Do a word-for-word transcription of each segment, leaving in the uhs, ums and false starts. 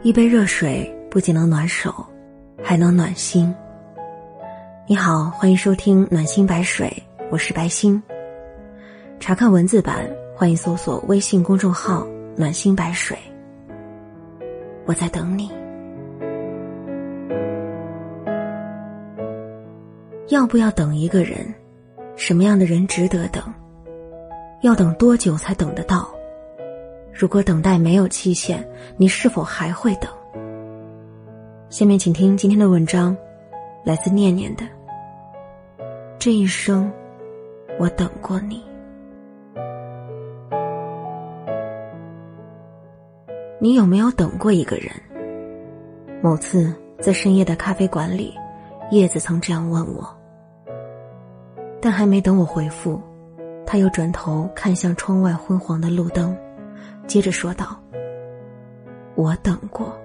一杯热水不仅能暖手，还能暖心。你好，欢迎收听暖心白水，我是白心。查看文字版，欢迎搜索微信公众号暖心白水。我在等你。要不要等一个人？什么样的人值得等？要等多久才等得到？如果等待没有期限，你是否还会等？下面请听今天的文章，来自念念的。这一生，我等过你。你有没有等过一个人？某次在深夜的咖啡馆里，叶子曾这样问我。但还没等我回复，他又转头看向窗外昏黄的路灯，接着说道：我等过。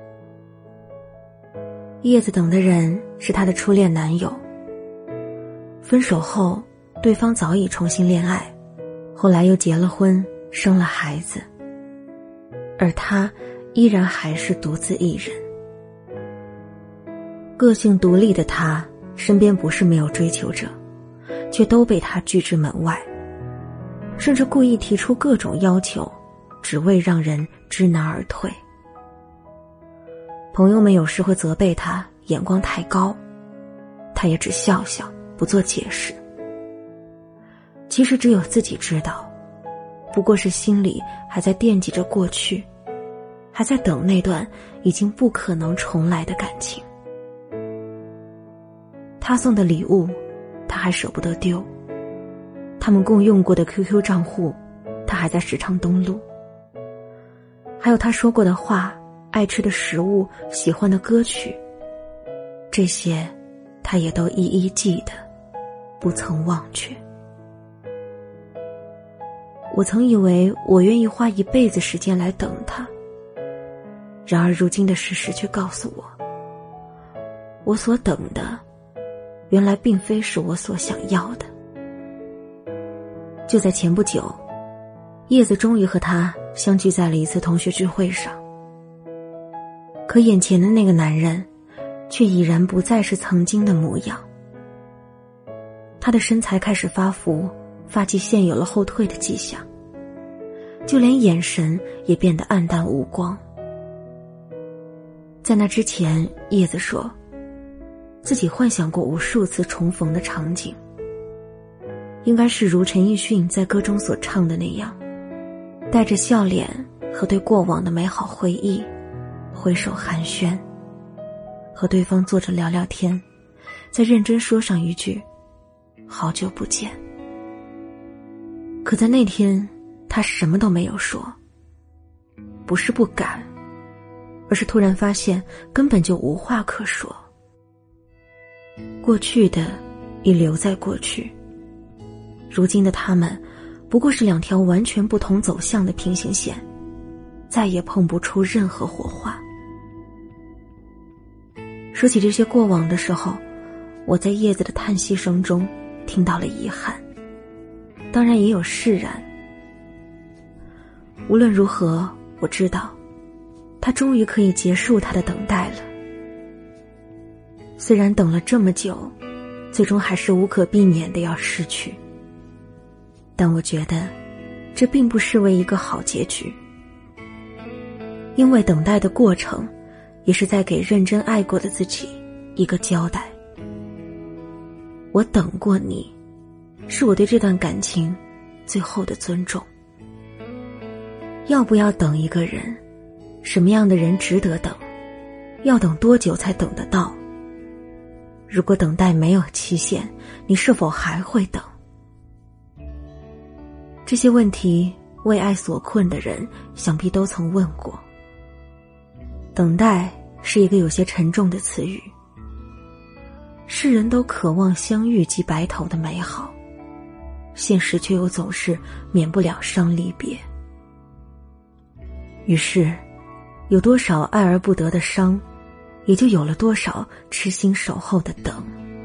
叶子等的人是他的初恋男友，分手后对方早已重新恋爱，后来又结了婚，生了孩子，而他依然还是独自一人。个性独立的他，身边不是没有追求者，却都被他拒之门外，甚至故意提出各种要求，只为让人知难而退。朋友们有时会责备他眼光太高，他也只笑笑，不做解释。其实只有自己知道，不过是心里还在惦记着过去，还在等那段已经不可能重来的感情。他送的礼物他还舍不得丢，他们共用过的 Q Q 账户他还在时常登录，还有他说过的话，爱吃的食物，喜欢的歌曲，这些他也都一一记得，不曾忘却。我曾以为我愿意花一辈子时间来等他，然而如今的事实却告诉我，我所等的原来并非是我所想要的。就在前不久，叶子终于和他相聚在了一次同学聚会上，可眼前的那个男人却已然不再是曾经的模样。他的身材开始发福，发际线有了后退的迹象，就连眼神也变得黯淡无光。在那之前，叶子说自己幻想过无数次重逢的场景，应该是如陈奕迅在歌中所唱的那样，带着笑脸和对过往的美好回忆挥手寒暄，和对方坐着聊聊天，再认真说上一句好久不见。可在那天他什么都没有说，不是不敢，而是突然发现根本就无话可说。过去的已留在过去，如今的他们不过是两条完全不同走向的平行线，再也碰不出任何火花。说起这些过往的时候，我在叶子的叹息声中听到了遗憾，当然也有释然。无论如何，我知道他终于可以结束他的等待了。虽然等了这么久，最终还是无可避免的要失去，但我觉得这并不失为一个好结局，因为等待的过程也是在给认真爱过的自己一个交代。我等过你，是我对这段感情最后的尊重。要不要等一个人？什么样的人值得等？要等多久才等得到？如果等待没有期限，你是否还会等？这些问题为爱所困的人想必都曾问过。等待是一个有些沉重的词语，世人都渴望相遇及白头的美好，现实却又总是免不了伤离别。于是有多少爱而不得的伤，也就有了多少痴心守候的等。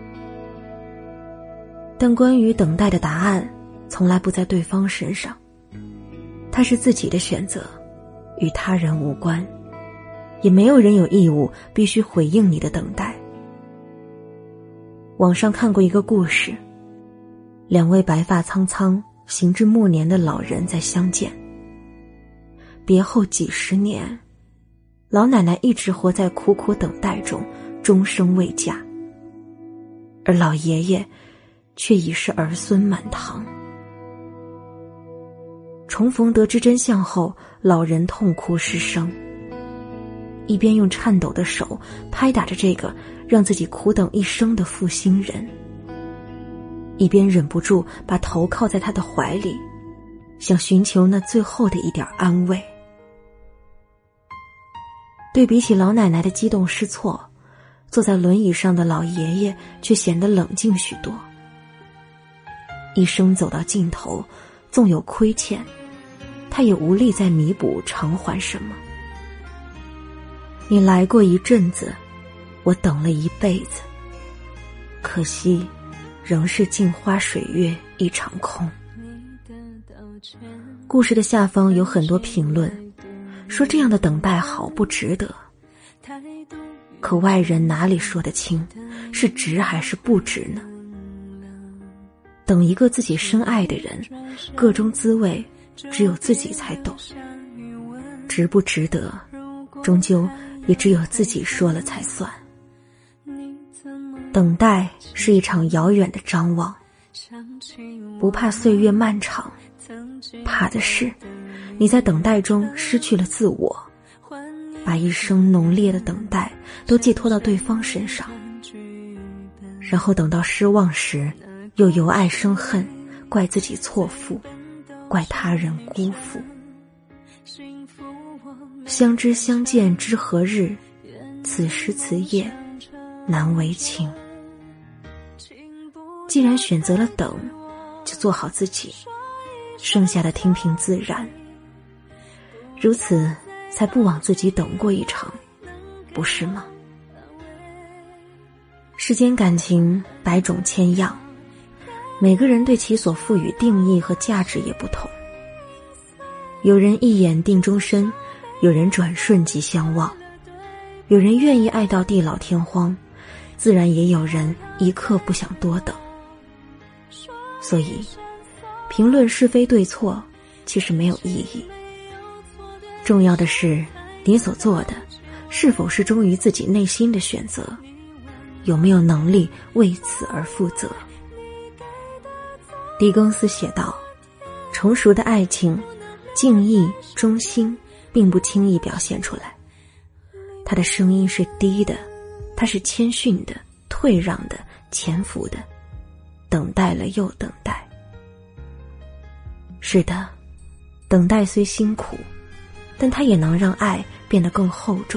但关于等待的答案从来不在对方身上，它是自己的选择，与他人无关， 也没有人有义务必须回应你的等待。网上看过一个故事，两位白发苍苍、行至暮年的老人在相见。别后几十年，老奶奶一直活在苦苦等待中，终生未嫁，而老爷爷却已是儿孙满堂。重逢得知真相后，老人痛哭失声，一边用颤抖的手拍打着这个让自己苦等一生的负心人，一边忍不住把头靠在他的怀里，想寻求那最后的一点安慰。对比起老奶奶的激动失措，坐在轮椅上的老爷爷却显得冷静许多。一生走到尽头，纵有亏欠，他也无力再弥补偿还什么。你来过一阵子，我等了一辈子，可惜仍是镜花水月一场空。故事的下方有很多评论，说这样的等待好不值得。可外人哪里说得清，是值还是不值呢？等一个自己深爱的人，个中滋味只有自己才懂，值不值得，终究也只有自己说了才算。等待是一场遥远的张望，不怕岁月漫长，怕的是你在等待中失去了自我，把一生浓烈的等待都寄托到对方身上，然后等到失望时，又由爱生恨，怪自己错付，怪他人辜负。相知相见知何日，此时此夜难为情。既然选择了等，就做好自己，剩下的听凭自然，如此才不枉自己等过一场，不是吗？世间感情百种千样，每个人对其所赋予定义和价值也不同。有人一眼定终身，有人转瞬即相忘，有人愿意爱到地老天荒，自然也有人一刻不想多等。所以评论是非对错其实没有意义，重要的是你所做的是否是忠于自己内心的选择，有没有能力为此而负责。狄更斯写道，成熟的爱情敬意忠心并不轻易表现出来，他的声音是低的，他是谦逊的，退让的，潜伏的，等待了又等待。是的，等待虽辛苦，但它也能让爱变得更厚重。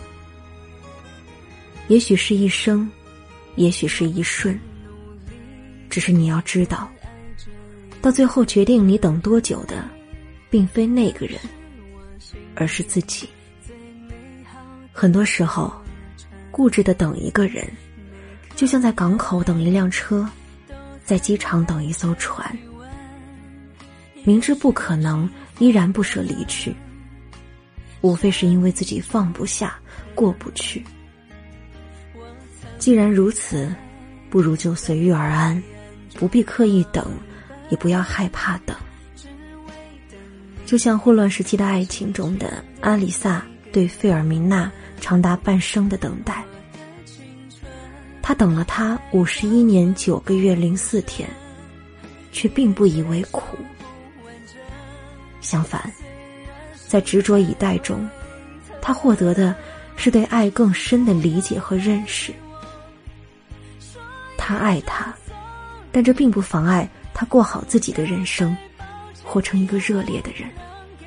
也许是一生，也许是一瞬，只是你要知道，到最后决定你等多久的并非那个人，而是自己。很多时候固执地等一个人，就像在港口等一辆车，在机场等一艘船，明知不可能依然不舍离去，无非是因为自己放不下，过不去。既然如此，不如就随遇而安，不必刻意等，也不要害怕等。就像混乱时期的爱情中的阿里萨对费尔明娜长达半生的等待，他等了他五十一年九个月零四天，却并不以为苦。相反，在执着以待中，他获得的是对爱更深的理解和认识。他爱他，但这并不妨碍他过好自己的人生，活成一个热烈的人。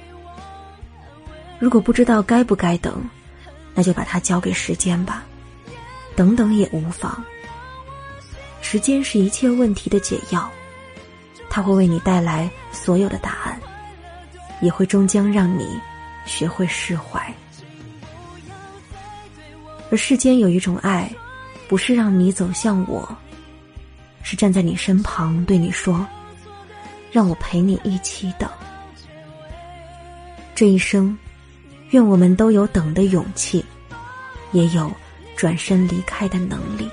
如果不知道该不该等，那就把它交给时间吧，等等也无妨。时间是一切问题的解药，它会为你带来所有的答案，也会终将让你学会释怀。而世间有一种爱，不是让你走向我，是站在你身旁对你说，让我陪你一起等。这一生愿我们都有等的勇气，也有转身离开的能力。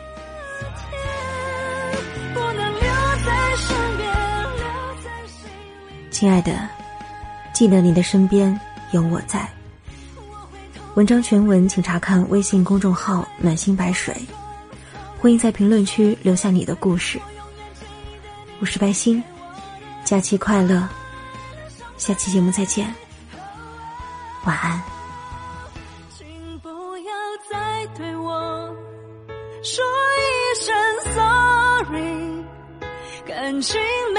亲爱的，记得你的身边有我在。文章全文请查看微信公众号暖心白水，欢迎在评论区留下你的故事。我是白心，假期快乐，下期节目再见，晚安。 请不要再对我说一声 sorry， 感情